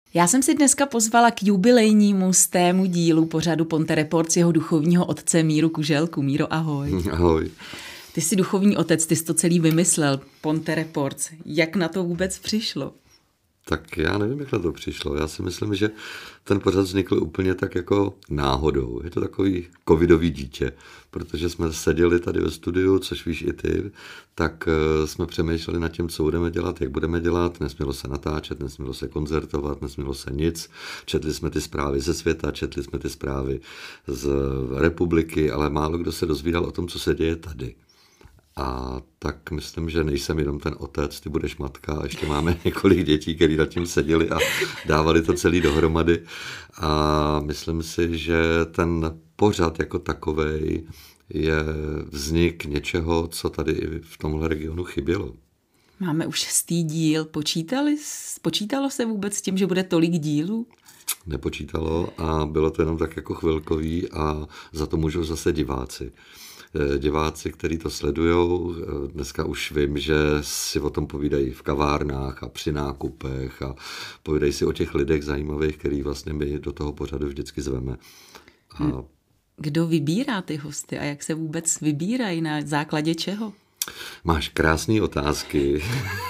Já jsem si dneska pozvala k jubilejnímu 100. dílu pořadu Ponte Reports jeho duchovního otce Míru Kuželku. Míro, ahoj. Ahoj. Ty jsi duchovní otec, ty jsi to celý vymyslel, Ponte Reports. Jak na to vůbec přišlo? Tak já nevím, jak na to přišlo. Já si myslím, že ten pořad vznikl úplně tak jako náhodou. Je to takový covidový dítě, protože jsme seděli tady ve studiu, což víš i ty, tak jsme přemýšleli nad tím, co budeme dělat, jak budeme dělat. Nesmělo se natáčet, nesmělo se koncertovat, nesmělo se nic. Četli jsme ty zprávy ze světa, četli jsme ty zprávy z republiky, ale málo kdo se dozvídal o tom, co se děje tady. A tak myslím, že nejsem jenom ten otec, ty budeš matka a ještě máme několik dětí, kteří nad tím seděli a dávali to celý dohromady. A myslím si, že ten pořad jako takovej je vznik něčeho, co tady i v tomhle regionu chybělo. Máme už 100. díl. Počítalo se vůbec s tím, že bude tolik dílů? Nepočítalo a bylo to jenom tak jako chvilkový a za to můžou zase diváci, kteří to sledujou. Dneska už vím, že si o tom povídají v kavárnách a při nákupech a povídají si o těch lidech zajímavých, který vlastně my do toho pořadu vždycky zveme. Kdo vybírá ty hosty a jak se vůbec vybírají, na základě čeho? Máš krásné otázky.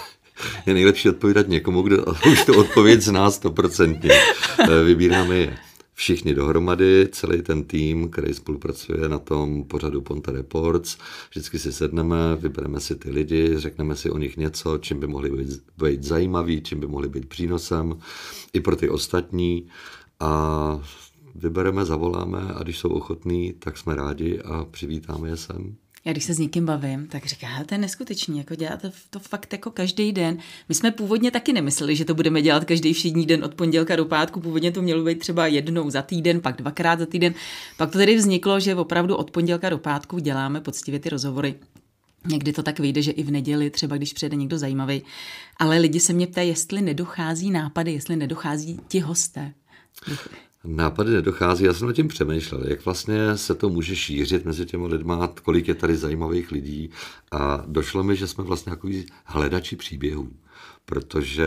Je nejlepší odpovídat někomu, kdo už tu odpověď zná 100%. Vybíráme je všichni dohromady, celý ten tým, který spolupracuje na tom pořadu Ponte Reports. Vždycky si sedneme, vybereme si ty lidi, řekneme si o nich něco, čím by mohli být zajímaví, čím by mohli být přínosem i pro ty ostatní. A vybereme, zavoláme a když jsou ochotní, tak jsme rádi a přivítáme je sem. Já když se s někým bavím, tak říká, to je neskutečný, jako děláte to fakt jako každý den. My jsme původně taky nemysleli, že to budeme dělat každý všední den od pondělka do pátku. Původně to mělo být třeba jednou za týden, pak 2krát za týden. Pak to tedy vzniklo, že opravdu od pondělka do pátku děláme poctivě ty rozhovory. Někdy to tak vyjde, že i v neděli, třeba když přijde někdo zajímavý. Ale lidi se mě ptají, jestli nedochází nápady, jestli nedochází ti hosté. Nápady nedochází, já jsem nad tím přemýšlel, jak vlastně se to může šířit mezi těmi lidma, kolik je tady zajímavých lidí a došlo mi, že jsme vlastně takový hledači příběhů, protože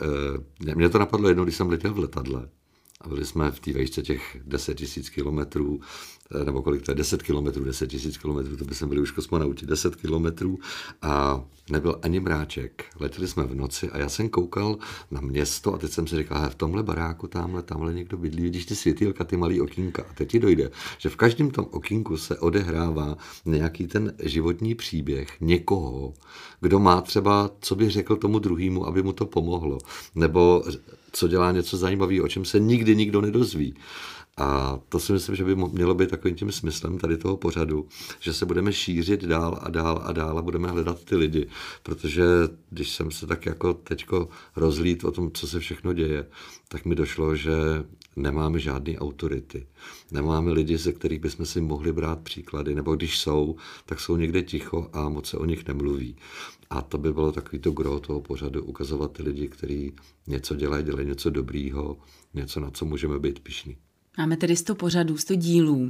mě to napadlo jednou, když jsem letěl v letadle a byli jsme v té výšce těch 10 000 kilometrů, nebo kolik to je, 10 kilometrů, 10 000 kilometrů, to by jsme byli už kosmonauti, 10 kilometrů a nebyl ani mráček. Letěli jsme v noci a já jsem koukal na město a teď jsem si říkal, v tomhle baráku, tamhle někdo bydlí, vidíš ty světýlka, ty malý okýnka. A teď ti dojde, že v každém tom okýnku se odehrává nějaký ten životní příběh někoho, kdo má třeba, co by řekl tomu druhému, aby mu to pomohlo, nebo co dělá něco zajímavého, o čem se nikdy nikdo nedozví. A to si myslím, že by mělo být takovým tím smyslem tady toho pořadu, že se budeme šířit dál a dál a dál a budeme hledat ty lidi, protože když jsem se tak jako teďko rozhlíd o tom, co se všechno děje, tak mi došlo, že nemáme žádný autority. Nemáme lidi, ze kterých bychom si mohli brát příklady, nebo když jsou, tak jsou někde ticho a moc se o nich nemluví. A to by bylo takový to gro toho pořadu, ukazovat ty lidi, kteří něco dělají něco dobrýho, něco, na co můžeme být pyšní. Máme tedy 100 pořadů, 100 dílů.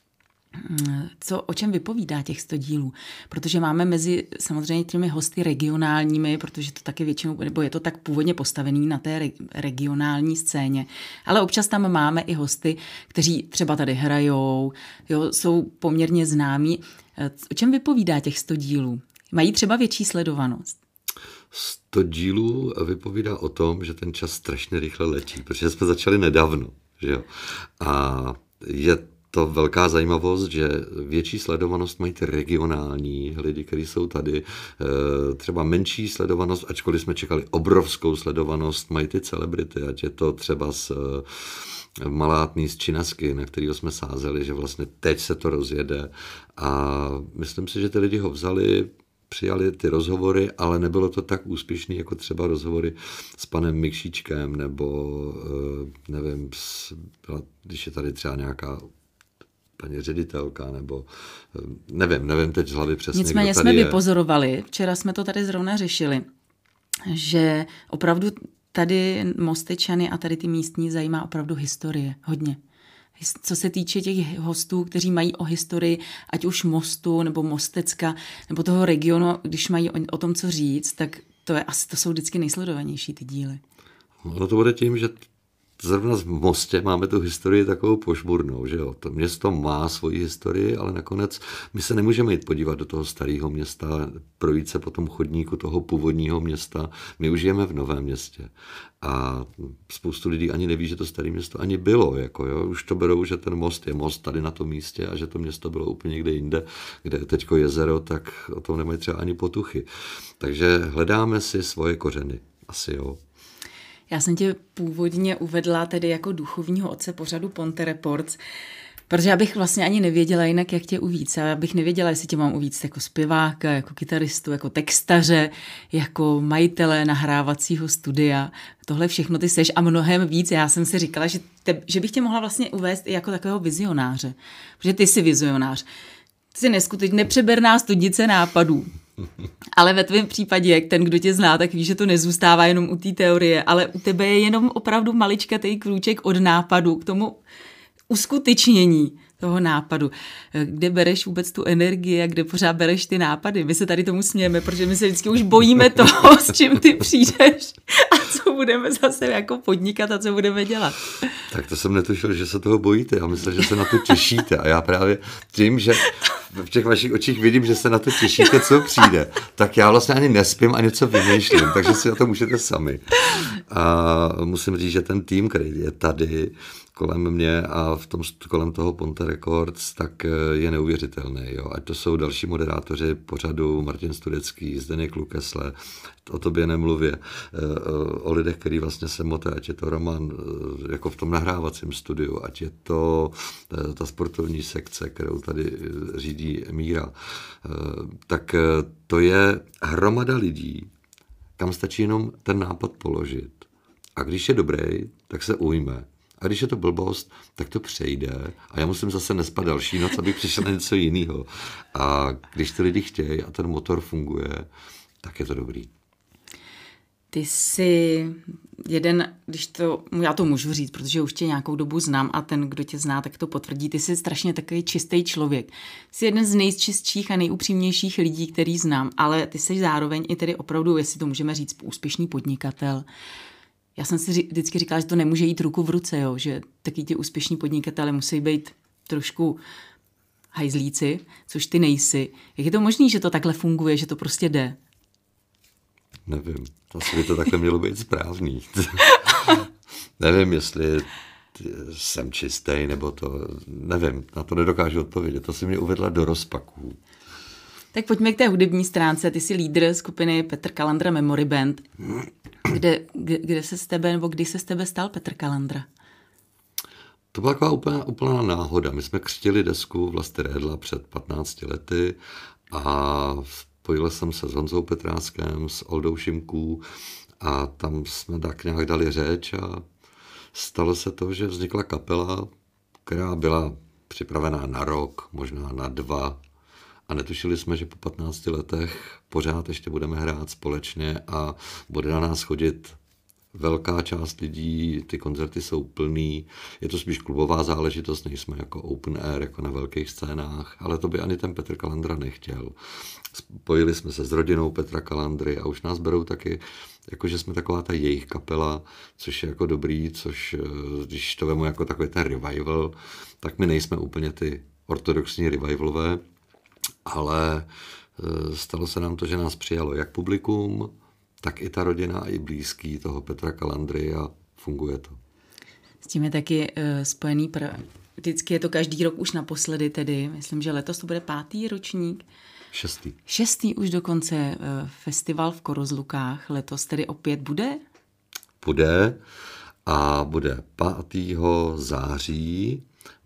O čem vypovídá těch 100 dílů? Protože máme mezi samozřejmě těmi hosty regionálními, protože to taky většinou, nebo je to tak původně postavený na té regionální scéně, ale občas tam máme i hosty, kteří třeba tady hrajou, jsou poměrně známí. O čem vypovídá těch 100 dílů? Mají třeba větší sledovanost? 100 dílů vypovídá o tom, že ten čas strašně rychle letí, protože jsme začali nedávno. Že jo? A je to velká zajímavost, že větší sledovanost mají ty regionální lidi, kteří jsou tady. Třeba menší sledovanost, ačkoliv jsme čekali obrovskou sledovanost, mají ty celebrity, ať je to třeba z Malátný z Činasky, na kterého jsme sázeli, že vlastně teď se to rozjede. A myslím si, že ty lidi ho vzali, přijali ty rozhovory, ale nebylo to tak úspěšný, jako třeba rozhovory s panem Mikšíčkem, nebo nevím, když je tady třeba nějaká paní ředitelka, nebo nevím teď z hlavy přesně, nicméně kdo tady jsme je. vypozorovali, včera jsme to tady zrovna řešili, že opravdu tady Mostečany a tady ty místní zajímá opravdu historie, hodně. Co se týče těch hostů, kteří mají o historii, ať už Mostu, nebo Mostecka, nebo toho regionu, když mají o tom co říct, tak to jsou vždycky nejsledovanější ty díly. Ono to bude tím, že zrovna v Mostě máme tu historii takovou pošburnou, že jo. To město má svoji historii, ale nakonec my se nemůžeme jít podívat do toho starého města, projít se po tom chodníku toho původního města. My už žijeme v Novém Městě. A spoustu lidí ani neví, že to staré město ani bylo. Jako, jo. Už to berou, že ten most je most tady na tom místě a že to město bylo úplně někde jinde, kde je teďko jezero, tak o tom nemají třeba ani potuchy. Takže hledáme si svoje kořeny. Asi jo. Já jsem tě původně uvedla tedy jako duchovního otce pořadu Ponte Reports, protože já bych vlastně ani nevěděla jinak, jak tě uvíct. Já bych nevěděla, jestli tě mám uvíct jako zpěváka, jako kytaristu, jako textaře, jako majitele nahrávacího studia. Tohle všechno ty seš a mnohem víc. Já jsem si říkala, že bych tě mohla vlastně uvést i jako takového vizionáře. Protože ty jsi vizionář. Ty jsi neskutečně nepřeberná studnice nápadů. Ale ve tvém případě, jak ten, kdo tě zná, tak ví, že to nezůstává jenom u té teorie, ale u tebe je jenom opravdu maličkatej krůček od nápadu k tomu uskutečnění toho nápadu. Kde bereš vůbec tu energii a kde pořád bereš ty nápady? My se tady tomu smějeme, protože my se vždycky už bojíme toho, s čím ty přijdeš a co budeme zase jako podnikat a co budeme dělat. Tak to jsem netušil, že se toho bojíte. Já myslím, že se na to těšíte. A já právě tím, že v těch vašich očích vidím, že se na to těšíte, co přijde, tak já vlastně ani nespím, ani co vymýšlím, takže si na to můžete sami. A musím říct, že ten tým, který je tady kolem mě a kolem toho Ponte Records, tak je neuvěřitelný. Jo. Ať to jsou další moderátoři pořadu, Martin Studecký, Zdeněk Lukesle, o tobě nemluvě, o lidech, který vlastně se moté, ať je to Roman jako v tom nahrávacím studiu, ať je to ta sportovní sekce, kterou tady řídí Míra, tak to je hromada lidí, kam stačí jenom ten nápad položit. A když je dobrý, tak se ujme. A když je to blbost, tak to přejde. A já musím zase nespat další noc, abych přišel na něco jiného. A když ty lidi chtějí a ten motor funguje, tak je to dobrý. Ty jsi já to můžu říct, protože už tě nějakou dobu znám a ten, kdo tě zná, tak to potvrdí. Ty jsi strašně takový čistý člověk. Jsi jeden z nejčistších a nejupřímnějších lidí, který znám, ale ty jsi zároveň i tedy opravdu, jestli to můžeme říct, úspěšný podnikatel. Já jsem si vždycky říkala, že to nemůže jít ruku v ruce, jo? Že taky ti úspěšní podnikatelé musí být trošku hajzlíci, což ty nejsi. Jak je to možné, že to takhle funguje, že to prostě jde? Nevím, asi by to takhle mělo být správný. Nevím, jestli jsem čistý, nebo to, nevím, na to nedokážu odpovědět. To si mě uvedla do rozpaků. Tak pojďme k té hudební stránce. Ty jsi lídr skupiny Petr Kalandra Memory Band. Kde se z tebe, nebo kdy se z tebe stal Petr Kalandra? To byla taková úplná náhoda. My jsme křtili desku Vlasty Redla před 15 lety a spojil jsem se s Honzou Petráskem, s Oldou Šimků a tam jsme tak nějak dali řeč a stalo se to, že vznikla kapela, která byla připravená na rok, možná na 2 a netušili jsme, že po 15 letech pořád ještě budeme hrát společně a bude na nás chodit velká část lidí, ty koncerty jsou plný, je to spíš klubová záležitost, nejsme jako open air, jako na velkých scénách, ale to by ani ten Petr Kalandra nechtěl. Spojili jsme se s rodinou Petra Kalandry a už nás berou taky, jakože jsme taková ta jejich kapela, což je jako dobrý, což když to vemu jako takový ten revival, tak my nejsme úplně ty ortodoxní revivalové, ale stalo se nám to, že nás přijalo jak publikum, tak i ta rodina a i blízký toho Petra Kalandry a funguje to. S tím je taky spojený, vždycky je to každý rok už naposledy tedy, myslím, že letos to bude 5. ročník. 6. už dokonce festival v Korozlukách, letos tedy opět bude? Bude a bude 5. září.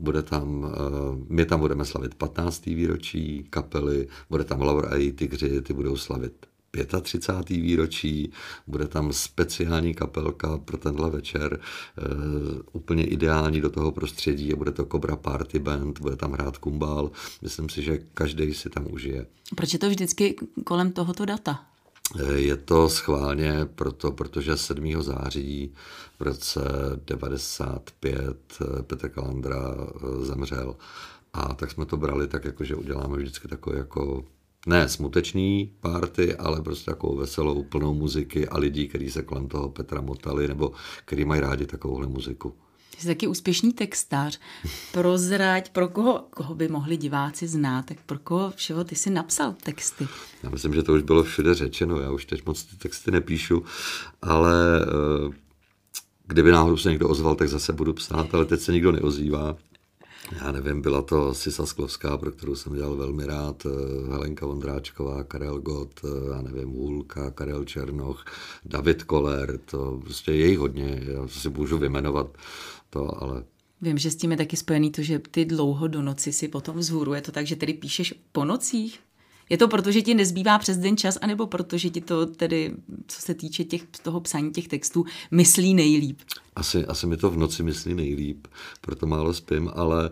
My tam budeme slavit 15. výročí kapely, bude tam Laura a její Tygři, ty budou slavit 35. výročí, bude tam speciální kapelka pro tenhle večer, úplně ideální do toho prostředí a bude to Cobra Party Band, bude tam hrát kumbál, myslím si, že každý si tam užije. Proč je to vždycky kolem tohoto data? Je to schválně protože 7. září v roce 95 Petr Kalandra zemřel. A tak jsme to brali tak, jako, že uděláme vždycky takový jako Ne smuteční party, ale prostě takovou veselou, plnou muziky a lidí, kteří se kolem toho Petra motali, nebo kteří mají rádi takovouhle muziku. Jsi taky úspěšný textař. Prozrať, pro koho by mohli diváci znát, tak pro koho všeho ty jsi napsal texty? Já myslím, že to už bylo všude řečeno, já už teď moc ty texty nepíšu, ale kdyby náhodou se někdo ozval, tak zase budu psát, ale teď se nikdo neozývá. Já nevím, byla to Sisa Sklovská, pro kterou jsem dělal velmi rád, Helenka Vondráčková, Karel Gott, já nevím, Hůlka, Karel Černoch, David Koller, to prostě je jich hodně, já si můžu vyjmenovat to, ale... Vím, že s tím je taky spojený to, že ty dlouho do noci si potom vzhůru. Je to tak, že tedy píšeš po nocích? Je to proto, že ti nezbývá přes den čas, anebo proto, že ti to tedy, co se týče toho psaní těch textů, myslí nejlíp? Asi mi to v noci myslí nejlíp, proto málo spím, ale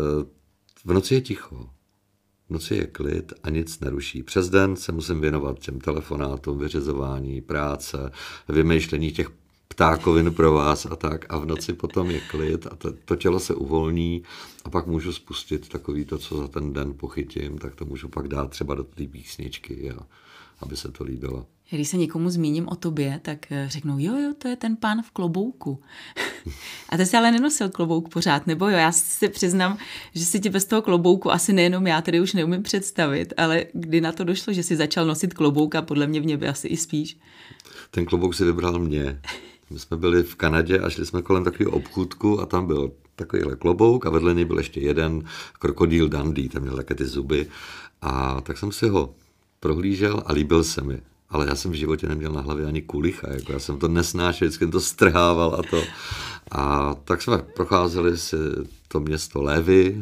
v noci je ticho. V noci je klid a nic neruší. Přes den se musím věnovat těm telefonátům, vyřizování, práce, vymýšlení těch ptákovin pro vás a tak. A v noci potom je klid a to tělo se uvolní a pak můžu spustit takový to, co za ten den pochytím, tak to můžu pak dát třeba do té písničky, aby se to líbilo. Když se někomu zmíním o tobě, tak řeknou, jo, to je ten pán v klobouku. A ty jsi ale nenosil klobouk pořád, nebo jo? Já si přiznám, že si tě bez toho klobouku asi nejenom já tedy už neumím představit, ale kdy na to došlo, že jsi začal nosit klobouk a podle mě v něm asi i spíš. Ten klobouk si vybral mě. My jsme byli v Kanadě a šli jsme kolem takového obchůdku a tam byl takovýhle klobouk a vedle něj byl ještě jeden krokodýl Dundee, tam měl také ty zuby. A tak jsem si ho prohlížel a líbil se mi. Ale já jsem v životě neměl na hlavě ani kulicha, jako já jsem to nesnášel, vždycky jsem to strhával a to. A tak jsme procházeli si to město Lévy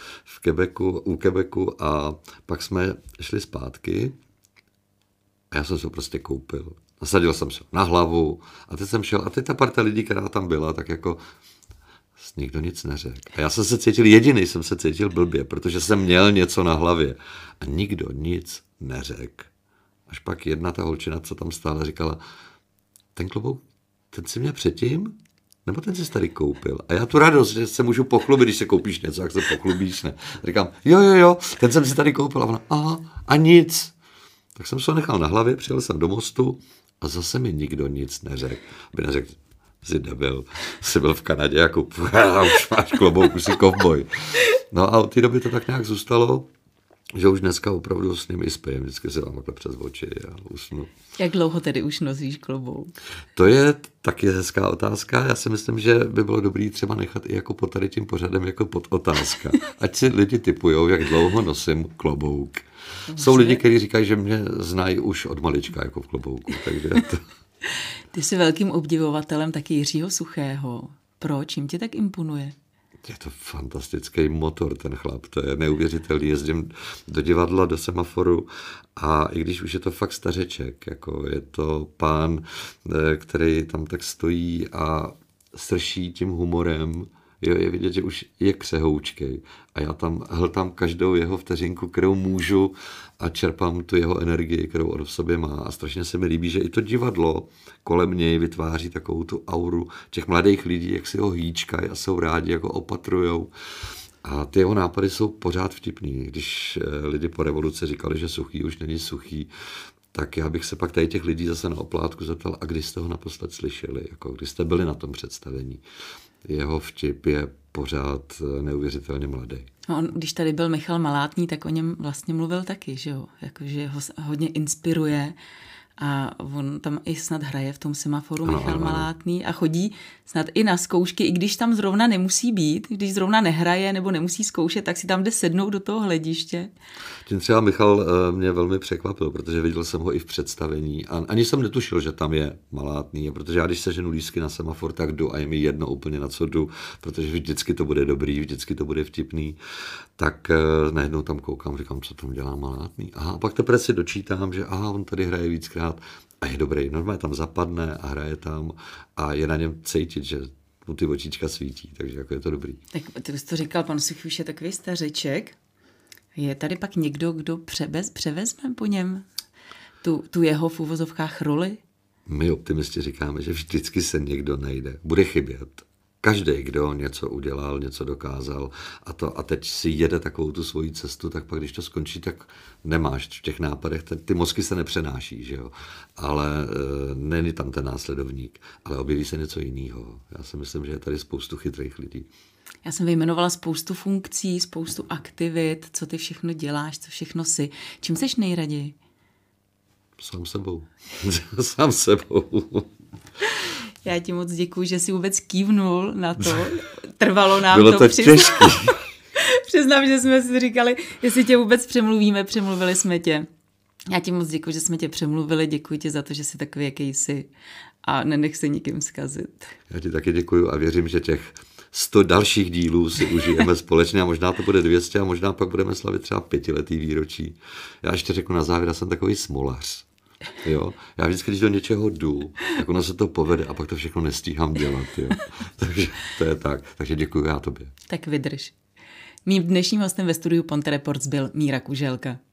u Quebecu a pak jsme šli zpátky a já jsem se ho prostě koupil. Nasadil jsem se na hlavu a teď jsem šel a teď ta parta lidí, která tam byla, tak jako nikdo nic neřekl. A já jsem se cítil blbě, protože jsem měl něco na hlavě a nikdo nic neřekl. Až pak jedna ta holčina, co tam stála, říkala, ten klobouk, ten si měl předtím? Nebo ten si tady koupil? A já tu radost, že se můžu pochlubit, když se koupíš něco, jak se pochlubíš, ne? A říkám, jo, ten jsem si tady koupil. A ona, aha, a nic. Tak jsem se ho nechal na hlavě, přijel jsem do mostu a zase mi nikdo nic neřekl. Aby neřekl, jsi debil, jsi byl v Kanadě, jako už máš klobouk, už jsi kovboj. No a od té doby to tak nějak zůstalo, že už dneska opravdu s ním i spím, vždycky se vám takhle přes oči a usnu. Jak dlouho tedy už nosíš klobouk? To je taky hezká otázka. Já si myslím, že by bylo dobré třeba nechat i jako pod tady tím pořadem jako pod otázka. Ať si lidi tipujou, jak dlouho nosím klobouk. Jsou lidi, kteří říkají, že mě znají už od malička jako v klobouku. Takže to... Ty jsi velkým obdivovatelem taky Jiřího Suchého. Proč? Jim tě tak imponuje? Je to fantastický motor, ten chlap, to je neuvěřitelný. Jezdím do divadla, do Semaforu a i když už je to fakt stařeček, jako je to pán, který tam tak stojí a srší tím humorem, je vidět, že už je křehoučkej a já tam hltám každou jeho vteřinku, kterou můžu a čerpám tu jeho energii, kterou on v sobě má a strašně se mi líbí, že i to divadlo kolem něj vytváří takovou tu auru těch mladých lidí, jak si ho hýčkají a jsou rádi, jako opatrujou. A ty jeho nápady jsou pořád vtipný. Když lidi po revoluci říkali, že Suchý už není Suchý, tak já bych se pak tady těch lidí zase na oplátku zeptal, a kdy jste ho naposled slyšeli, jako kdy jste byli na tom představení. Jeho vtip je pořád neuvěřitelně mladý. No on, když tady byl Michal Malátný, tak o něm vlastně mluvil taky, že jo? Jakože ho hodně inspiruje a on tam i snad hraje v tom Semaforu, Michal Malátný, a chodí snad i na zkoušky, i když tam zrovna nemusí být, když zrovna nehraje nebo nemusí zkoušet, tak si tam jde sednout do toho hlediště. Tím třeba Michal mě velmi překvapil, protože viděl jsem ho i v představení a ani jsem netušil, že tam je Malátný, protože já když seženu lístky na Semafor, tak jdu a je mi jedno úplně na co jdu, protože vždycky to bude dobrý, vždycky to bude vtipný, tak najednou tam koukám, říkám, co tam dělá Malátný. Aha, a pak teprve si dočítám, že on tady hraje víckrát a je dobrý, normálně tam zapadne a hraje tam a je na něm cítit, že mu ty očička svítí, takže jako je to dobrý. Tak ty jsi to říkal, pan Suchý už je takový stařeček. Je tady pak někdo, kdo převezme po něm tu jeho v uvozovkách roli? My optimisti říkáme, že vždycky se někdo najde. Bude chybět. Každý, kdo něco udělal, něco dokázal a teď si jede takovou tu svoji cestu, tak pak, když to skončí, tak nemáš v těch nápadech, ty mozky se nepřenáší, že jo? Ale není tam ten následovník, ale objeví se něco jiného. Já si myslím, že je tady spoustu chytrých lidí. Já jsem vyjmenovala spoustu funkcí, spoustu aktivit, co ty všechno děláš, co všechno jsi. Čím seš nejraději? Sám sebou. Sám sebou. Já ti moc děkuju, že jsi vůbec kývnul na to. Trvalo nám Bylo to těžké. Přiznám, že jsme si říkali, jestli tě vůbec přemluvili jsme tě. Já ti moc děkuju, že jsme tě přemluvili, děkuji ti za to, že jsi takový, jaký jsi a nenech se nikým zkazit. Já ti taky děkuju a věřím, že těch 100 dalších dílů si užijeme společně a možná to bude 200 a možná pak budeme slavit třeba 5letý výročí. Já ještě řeknu na závěr, já jsem takový smolař. Jo? Já vždycky, když do něčeho jdu, tak ono se to povede a pak to všechno nestíhám dělat. Jo? Takže to je tak. Takže děkuji já tobě. Tak vydrž. Mým dnešním hostem ve studiu Ponte Reports byl Míra Kuželka.